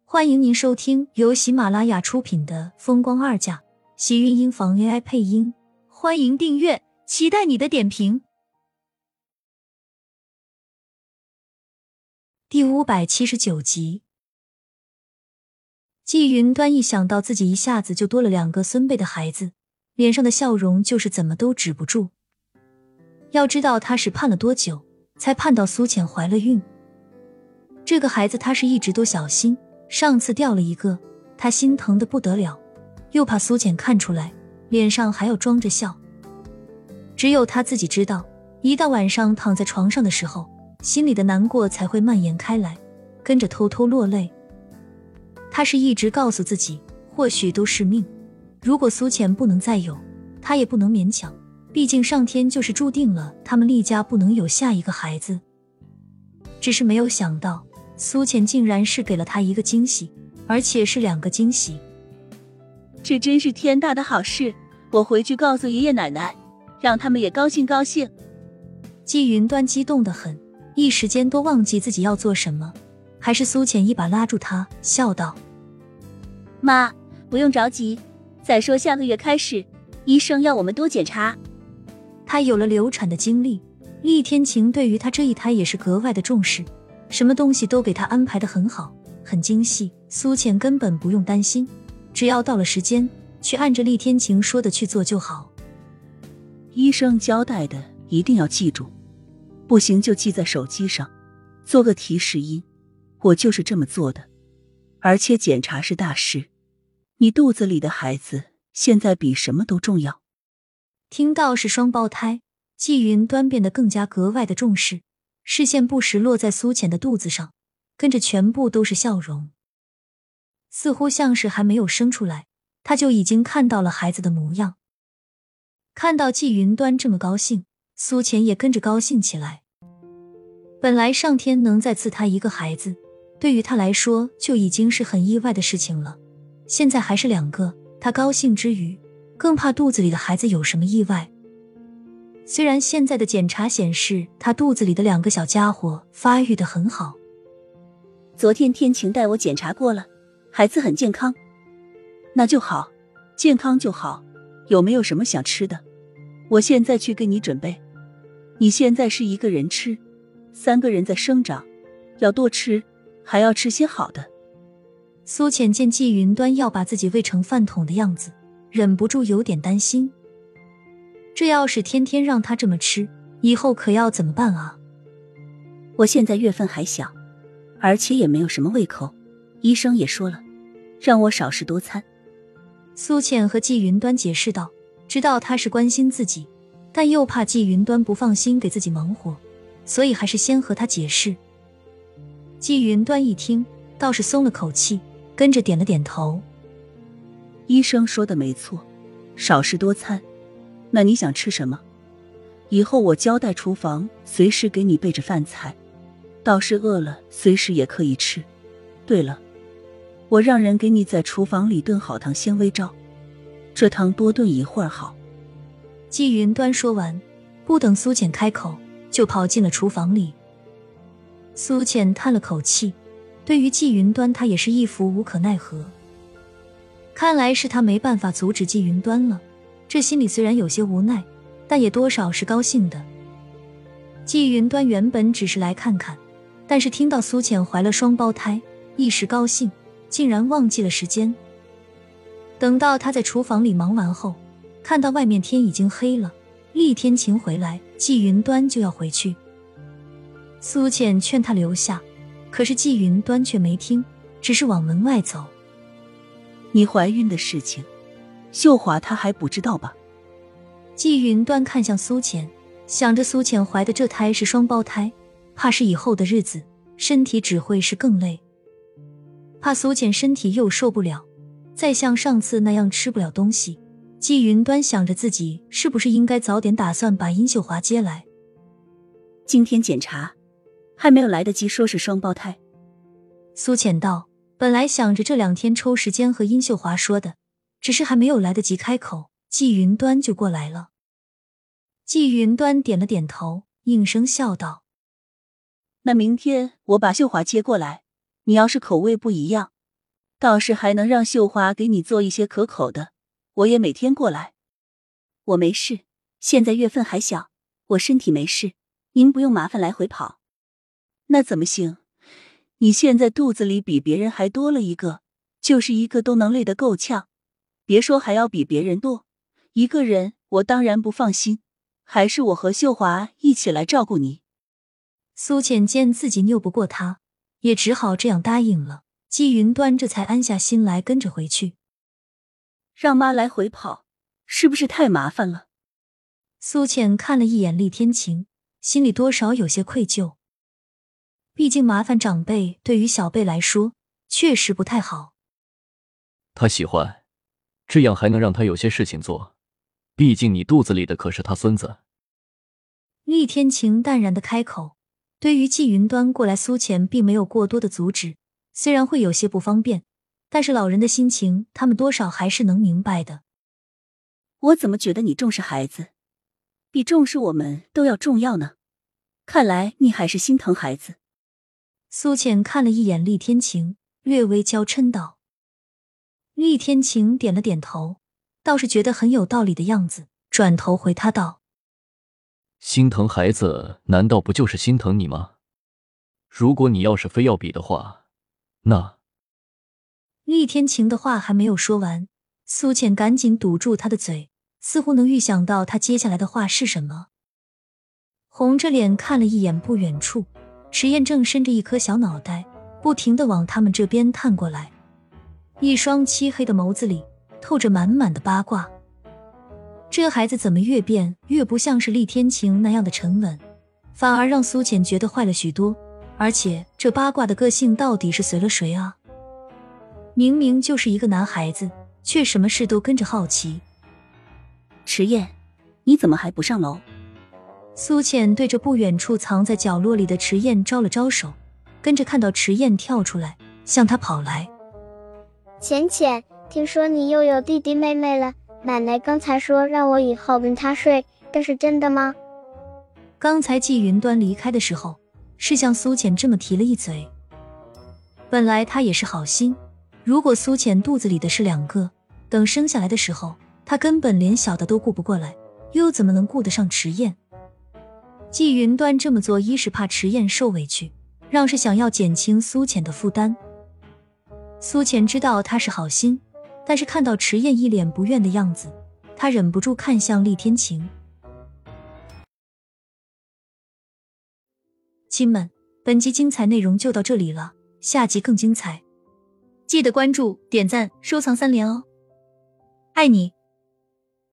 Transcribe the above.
欢迎您收听由喜马拉雅出品的《风光二嫁》，喜运音房 AI 配音。欢迎订阅，期待你的点评。第579集。季云端一想到自己一下子就多了2个孙辈的孩子，脸上的笑容就是怎么都止不住。要知道他是盼了多久，才盼到苏浅怀了孕。这个孩子他是一直都小心，上次掉了一个，他心疼得不得了，又怕苏浅看出来，脸上还要装着笑。只有他自己知道，一到晚上躺在床上的时候，心里的难过才会蔓延开来，跟着偷偷落泪。他是一直告诉自己，或许都是命，如果苏浅不能再有，他也不能勉强，毕竟上天就是注定了他们厉家不能有下一个孩子。只是没有想到，苏浅竟然是给了他一个惊喜，而且是2个惊喜。 这真是天大的好事，我回去告诉爷爷奶奶，让他们也高兴高兴。 季云端激动得很，一时间都忘记自己要做什么，还是苏浅一把拉住他，笑道： 妈，不用着急，再说下个月开始，医生要我们多检查。 他有了流产的经历，厉天晴对于他这一胎也是格外的重视，什么东西都给他安排得很好，很精细，苏浅根本不用担心，只要到了时间，去按着厉天晴说的去做就好。 医生交代的一定要记住，不行就记在手机上，做个提示音，我就是这么做的。而且检查是大事，你肚子里的孩子现在比什么都重要。 听到是双胞胎，季云端变得更加格外的重视，视线不时落在苏浅的肚子上，跟着全部都是笑容。似乎像是还没有生出来，他就已经看到了孩子的模样。看到季云端这么高兴，苏浅也跟着高兴起来。本来上天能再赐他一个孩子，对于他来说就已经是很意外的事情了，现在还是2个，他高兴之余，更怕肚子里的孩子有什么意外。虽然现在的检查显示他肚子里的2个小家伙发育得很好， 昨天天晴带我检查过了，孩子很健康。那就好，健康就好，有没有什么想吃的？我现在去给你准备。你现在是1个人吃，3个人在生长，要多吃，还要吃些好的。 苏浅见季云端要把自己喂成饭桶的样子，忍不住有点担心。这要是天天让他这么吃，以后可要怎么办啊？ 我现在月份还小，而且也没有什么胃口，医生也说了，让我少食多餐。 苏浅和季云端解释道，知道他是关心自己，但又怕季云端不放心给自己忙活，所以还是先和他解释。季云端一听，倒是松了口气，跟着点了点头。 医生说的没错，少食多餐。那你想吃什么？以后我交代厨房随时给你备着饭菜，倒是饿了随时也可以吃。对了，我让人给你在厨房里炖好汤鲜微粥，这汤多炖一会儿好。 季云端说完，不等苏浅开口，就跑进了厨房里。苏浅叹了口气，对于季云端他也是一副无可奈何。看来是他没办法阻止季云端了，这心里虽然有些无奈，但也多少是高兴的。季云端原本只是来看看，但是听到苏浅怀了双胞胎，一时高兴，竟然忘记了时间。等到他在厨房里忙完后，看到外面天已经黑了，厉天晴回来，季云端就要回去。苏浅劝他留下，可是季云端却没听，只是往门外走。 你怀孕的事情，秀华她还不知道吧？ 季云端看向苏浅，想着苏浅怀的这胎是双胞胎，怕是以后的日子身体只会是更累，怕苏浅身体又受不了，再像上次那样吃不了东西。季云端想着自己是不是应该早点打算把殷秀华接来。 今天检查还没有来得及说是双胞胎。 苏浅道，本来想着这2天抽时间和殷秀华说的，只是还没有来得及开口，季云端就过来了。季云端点了点头，应声笑道， 那明天我把秀华接过来，你要是口味不一样， 倒是还能让秀华给你做一些可口的，我也每天过来。我没事，现在月份还小，我身体没事，您不用麻烦来回跑。那怎么行？你现在肚子里比别人还多了一个，就是一个都能累得够呛，别说还要比别人多，一个人我当然不放心，还是我和秀华一起来照顾你。 苏浅见自己拗不过他，也只好这样答应了。季云端这才安下心来跟着回去。 让妈来回跑，是不是太麻烦了？ 苏浅看了一眼厉天晴，心里多少有些愧疚。毕竟麻烦长辈对于小辈来说确实不太好。 他喜欢，这样还能让他有些事情做。毕竟你肚子里的可是他孙子。 厉天晴淡然地开口。对于季云端过来，苏浅并没有过多的阻止，虽然会有些不方便，但是老人的心情他们多少还是能明白的。 我怎么觉得你重视孩子，比重视我们都要重要呢？看来你还是心疼孩子。 苏浅看了一眼厉天晴，略微娇嗔道。厉天晴点了点头，倒是觉得很有道理的样子，转头回他道： 心疼孩子难道不就是心疼你吗？如果你要是非要比的话，那…… 厉天晴的话还没有说完，苏浅赶紧堵住他的嘴，似乎能预想到他接下来的话是什么。红着脸看了一眼不远处，迟燕正伸着一颗小脑袋，不停地往他们这边探过来，一双漆黑的眸子里透着满满的八卦。这孩子怎么越变越不像是厉天晴那样的沉稳，反而让苏浅觉得坏了许多。而且这八卦的个性到底是随了谁啊？明明就是一个男孩子，却什么事都跟着好奇。 迟燕，你怎么还不上楼？ 苏浅对着不远处藏在角落里的迟燕招了招手，跟着看到迟燕跳出来向他跑来。 浅浅，听说你又有弟弟妹妹了，奶奶刚才说让我以后跟他睡，这是真的吗？ 刚才季云端离开的时候，是向苏浅这么提了一嘴。本来他也是好心，如果苏浅肚子里的是2个，等生下来的时候，他根本连小的都顾不过来，又怎么能顾得上迟燕？季云端这么做，一是怕迟燕受委屈，二是想要减轻苏浅的负担。苏浅知道他是好心，但是看到迟燕一脸不愿的样子，他忍不住看向厉天晴。亲们，本集精彩内容就到这里了，下集更精彩，记得关注、点赞、收藏3连哦！爱你。